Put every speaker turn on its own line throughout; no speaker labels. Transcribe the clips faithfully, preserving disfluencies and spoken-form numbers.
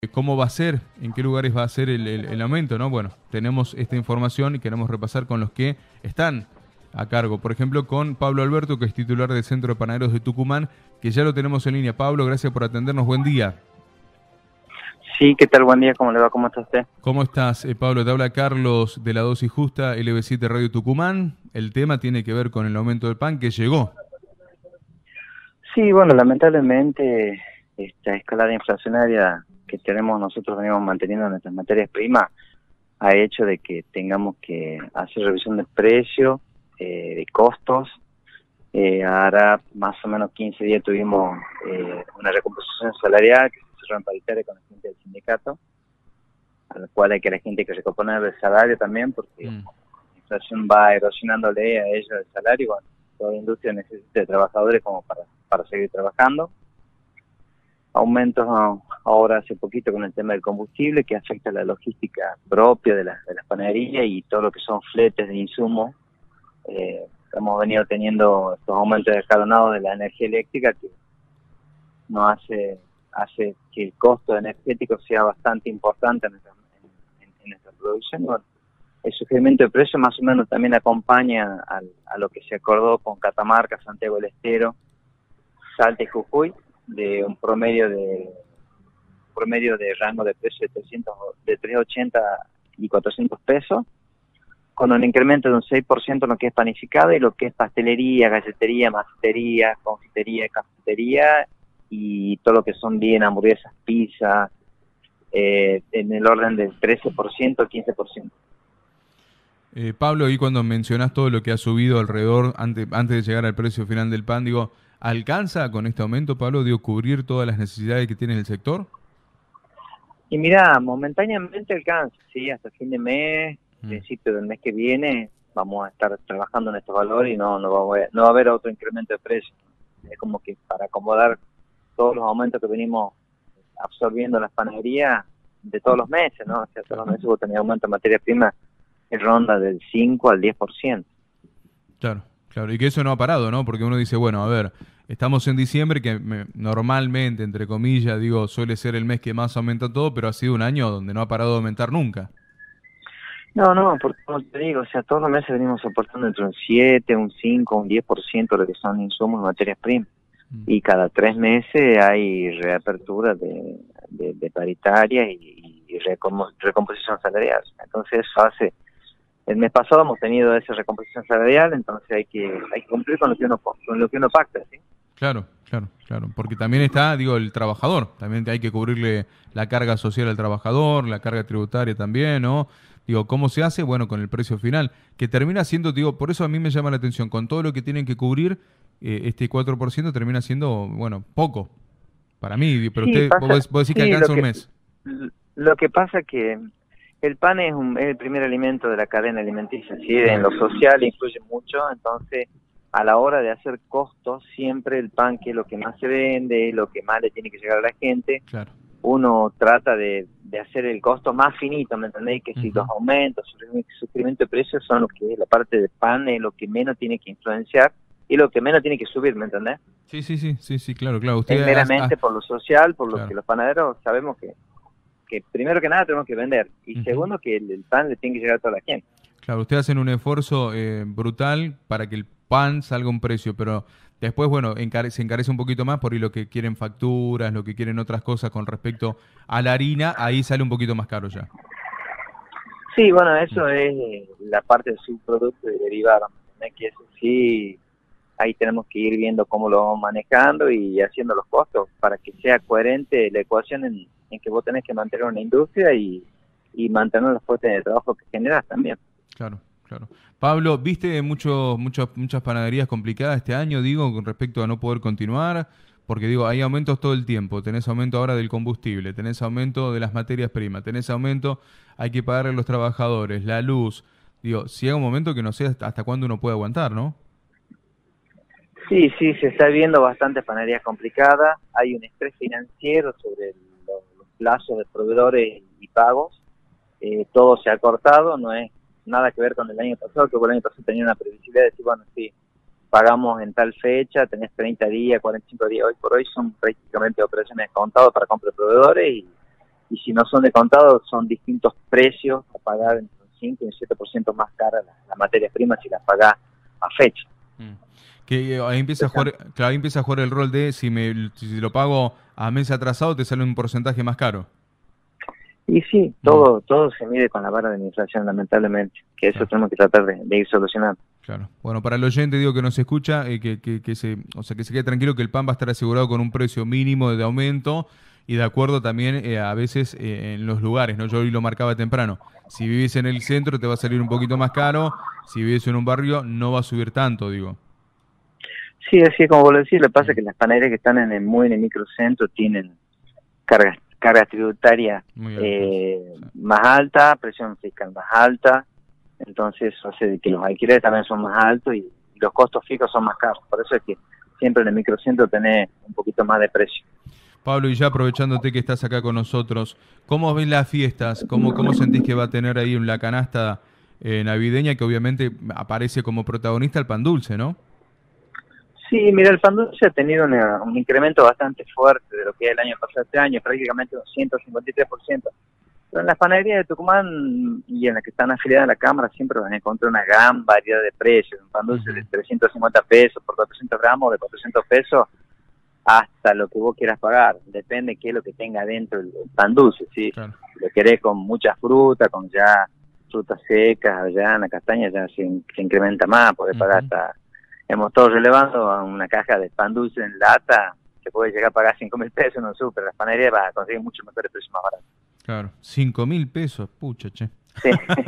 ¿Cómo va a ser? ¿En qué lugares va a ser el, el- el aumento? ¿No? Bueno, tenemos esta información y queremos repasar con los que están a cargo. Por ejemplo, con Pablo Alberto, que es titular del Centro de Panaderos de Tucumán, que ya lo tenemos en línea. Pablo, gracias por atendernos. Buen día.
Sí, ¿qué tal? Buen día, ¿cómo le va? ¿Cómo está usted?
¿Cómo estás, eh, Pablo? Te habla Carlos de La Dosis Justa, L B siete Radio Tucumán. El tema tiene que ver con el aumento del pan que llegó.
Sí, bueno, lamentablemente esta escalada inflacionaria que tenemos nosotros venimos manteniendo en nuestras materias primas ha hecho de que tengamos que hacer revisión de precios, eh, de costos. Eh, ahora más o menos quince días tuvimos eh, una recomposición salarial que se cerró en paritaria con la gente del sindicato, a la cual hay que la gente que recomponer el salario también, porque
Mm.
la inflación va erosionándole a ellos el salario. Bueno, toda la industria necesita de trabajadores como para, para seguir trabajando. Aumentos ahora hace poquito con el tema del combustible, que afecta a la logística propia de, la, de las panaderías y todo lo que son fletes de insumos. Eh, hemos venido teniendo estos aumentos escalonados de la energía eléctrica que nos hace, hace que el costo energético sea bastante importante en nuestra, en, en nuestra producción. Bueno, el sugerimiento de precio más o menos también acompaña al, a lo que se acordó con Catamarca, Santiago del Estero, Salta y Jujuy, de un promedio de un promedio de rango de precio de trescientos, de trescientos ochenta y cuatrocientos pesos, con un incremento de un seis por ciento en lo que es panificado y lo que es pastelería, galletería, macetería, confitería, cafetería y todo lo que son bien hamburguesas, pizza, eh, en el orden del trece por ciento, quince por ciento.
Eh, Pablo, y cuando mencionás todo lo que ha subido alrededor antes, antes de llegar al precio final del pan, digo, ¿alcanza con este aumento, Pablo, digo, cubrir todas las necesidades que tiene el sector?
Y mira, momentáneamente alcanza, sí, hasta fin de mes,
Mm.
principio del mes que viene, vamos a estar trabajando en estos valores y no, no, va a haber, no va a haber otro incremento de precios. Es como que para acomodar todos los aumentos que venimos absorbiendo en las panaderías de todos los meses, ¿no? O sea, todos los meses vos tenés aumento en materia prima que ronda del cinco al diez por ciento.
Claro, claro, y que eso no ha parado, ¿no? Porque uno dice, bueno, a ver, estamos en diciembre, que me- normalmente, entre comillas, digo, suele ser el mes que más aumenta todo, pero ha sido un año donde no ha parado de aumentar nunca.
No, no, porque como te digo, o sea, todos los meses venimos soportando entre un siete, un cinco, un diez por ciento de lo que son insumos y materias primas.
Mm.
Y cada tres meses hay reapertura de, de, de paritarias y, y recom- recomposición salarial. Entonces eso hace, el mes pasado hemos tenido esa recomposición salarial, entonces hay que hay que cumplir con lo que uno con lo que uno pacta, ¿sí?
Claro, claro, claro, porque también está, digo, el trabajador, también hay que cubrirle la carga social al trabajador, la carga tributaria también, ¿no? Digo, ¿cómo se hace? Bueno, con el precio final, que termina siendo, digo, por eso a mí me llama la atención, con todo lo que tienen que cubrir, eh, este cuatro por ciento termina siendo, bueno, poco, para mí, di- pero
Sí,
usted,
pasa,
vos, vos decís que
sí, lo
alcanza un
que
mes.
lo que pasa que el pan es, un, es el primer alimento de la cadena alimenticia, ¿sí? En
Claro,
lo social influye mucho, entonces a la hora de hacer costos, siempre el pan, que es lo que más se vende, lo que más le tiene que llegar a la gente,
claro.
uno trata de, de hacer el costo más finito, ¿me entendéis? Que si los
Ujú.
aumentos, el sufrimiento de precios son lo que la parte del pan es lo que menos tiene que influenciar y lo que menos tiene que subir, ¿me entendés?
Sí, sí, sí, sí, sí, claro, claro.
Es
Usted, has- ah,
meramente por lo social, por lo que
claro.
los panaderos sabemos que que primero que nada tenemos que vender y
Ujú.
segundo que el, el pan le tiene que llegar a toda la gente.
Claro, ustedes hacen un esfuerzo eh, brutal para que el pan salga a un precio, pero después, bueno, encare- se encarece un poquito más por ahí lo que quieren facturas, lo que quieren otras cosas con respecto a la harina, ahí sale un poquito más caro ya.
Sí, bueno,
Mm.
eso es eh, la parte del subproducto y derivado, ¿no? Que eso sí, ahí tenemos que ir viendo cómo lo vamos manejando y haciendo los costos para que sea coherente la ecuación en, en que vos tenés que mantener una industria y, y mantener las fuentes de trabajo que generas también.
Claro, claro. Pablo, ¿viste muchos, muchos, muchas panaderías complicadas este año, digo, con respecto a no poder continuar? Porque digo, hay aumentos todo el tiempo. Tenés aumento ahora del combustible, tenés aumento de las materias primas, tenés aumento, hay que pagarle a los trabajadores, la luz. Digo, si llega un momento que no sé hasta, hasta cuándo uno puede aguantar, ¿no?
Sí, sí, se está viendo bastantes panaderías complicadas, hay un estrés financiero sobre el- los, los plazos de proveedores y pagos. Eh, todo se ha cortado, no es nada que ver con el año pasado, que el año pasado tenía una previsibilidad de decir, bueno, sí, pagamos en tal fecha, tenés treinta días, cuarenta y cinco días, hoy por hoy son prácticamente operaciones contadas para compra de proveedores y, y si no son de contado, son distintos precios a pagar entre un cinco y un siete por ciento más cara las la materias primas si las pagás a fecha.
Mm. Que eh, ahí empieza a jugar, claro, ahí empieza a jugar el rol de si me si lo pago a mes atrasado te sale un porcentaje más caro.
Y sí, todo mm. todo se mide con la vara de la inflación, lamentablemente, que eso claro. tenemos que tratar de, de ir solucionando.
Claro. Bueno, para el oyente digo que nos escucha, eh, que, que, que se, o sea, que se quede tranquilo que el pan va a estar asegurado con un precio mínimo de aumento y de acuerdo también eh, a veces eh, en los lugares, ¿no? Yo hoy lo marcaba temprano. Si vivís en el centro te va a salir un poquito más caro, si vivís en un barrio no va a subir tanto, digo.
Sí, así es como vos lo decís, lo que pasa es que las panaderías que están en el, muy en el microcentro tienen cargas cargas tributarias eh, sí. más altas, presión fiscal más alta, entonces eso hace que los alquileres también son más altos y los costos fijos son más caros, por eso es que siempre en el microcentro tenés un poquito más de precio.
Pablo, y ya aprovechándote que estás acá con nosotros, ¿cómo ves las fiestas? ¿Cómo, cómo sentís que va a tener ahí en la canasta eh, navideña, que obviamente aparece como protagonista el pan dulce, ¿no?
Sí, mira, el pan dulce ha tenido una, un incremento bastante fuerte de lo que es el año pasado, este año, prácticamente un ciento cincuenta y tres por ciento. Pero en las panaderías de Tucumán y en las que están afiliadas a la Cámara siempre van a encontrar una gran variedad de precios. Un pan dulce uh-huh. de trescientos cincuenta pesos por cuatrocientos gramos, de cuatrocientos pesos, hasta lo que vos quieras pagar. Depende qué es lo que tenga dentro el, el pan dulce, ¿sí? Claro. Si lo querés con mucha fruta, con ya frutas secas, avellana, castaña, ya se, se incrementa más, podés uh-huh. pagar hasta... Hemos estado relevando a una caja de pan dulce en lata, se puede llegar a pagar cinco mil pesos en un súper. Las panaderías van a conseguir mucho mejores precios más baratos.
Claro, cinco mil pesos, pucha, che.
Sí,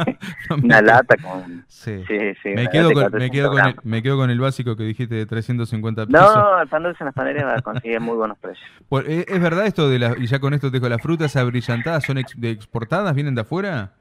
no una lata con...
Sí, sí, sí me, quedo con, me, quedo con el, me quedo con el básico que dijiste de trescientos cincuenta pesos.
No, el pan dulce en las panaderías va a conseguir muy buenos precios.
Pues, ¿es verdad esto de la, y ya con esto te dejo, las frutas abrillantadas son ex, de exportadas, vienen de afuera?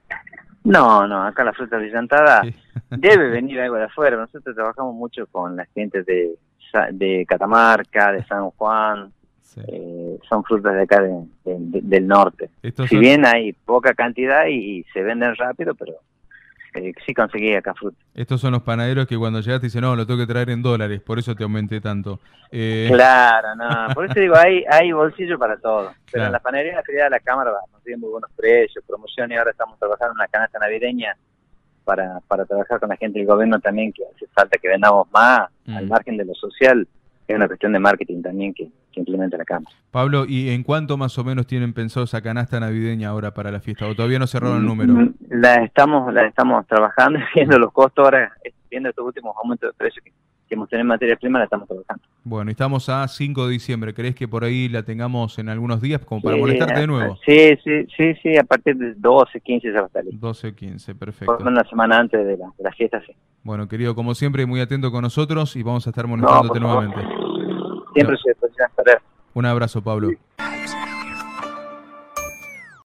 No, no, acá la fruta brillantada sí. debe venir algo de afuera. Nosotros trabajamos mucho con la gente de, de Catamarca, de San Juan, sí. eh, son frutas de acá de, de, de, del norte. Estos si son... bien hay poca cantidad y, y se venden rápido, pero eh, sí conseguí acá fruta.
Estos son los panaderos que cuando llegaste dicen, no, lo tengo que traer en dólares, por eso te aumenté tanto.
Eh... Claro, no, por eso digo, hay hay bolsillo para todo. Pero claro. en la panadería afiliada a la Cámara consiguen muy buenos precios, promociones, y ahora estamos trabajando en una canasta navideña para, para trabajar con la gente del gobierno también, que hace falta que vendamos más, mm. al margen de lo social. Es una cuestión de marketing también que, que implementa la Cámara.
Pablo, ¿y en cuánto más o menos tienen pensado esa canasta navideña ahora para la fiesta? ¿O todavía no cerraron el número?
La estamos la estamos trabajando, viendo los costos ahora, viendo estos últimos aumentos de precios que, que hemos tenido en materia prima, la estamos trabajando.
Bueno, y estamos a cinco de diciembre. ¿Crees que por ahí la tengamos en algunos días como para sí, molestarte de nuevo?
Sí, sí, sí, sí, a partir del doce, quince ya va a estar listo.
doce, quince, perfecto.
Por una semana antes de la, de la fiesta, sí.
Bueno, querido, como siempre, muy atento con nosotros y vamos a estar molestándote no, nuevamente.
Siempre no. se puede estar.
Un abrazo, Pablo. Sí.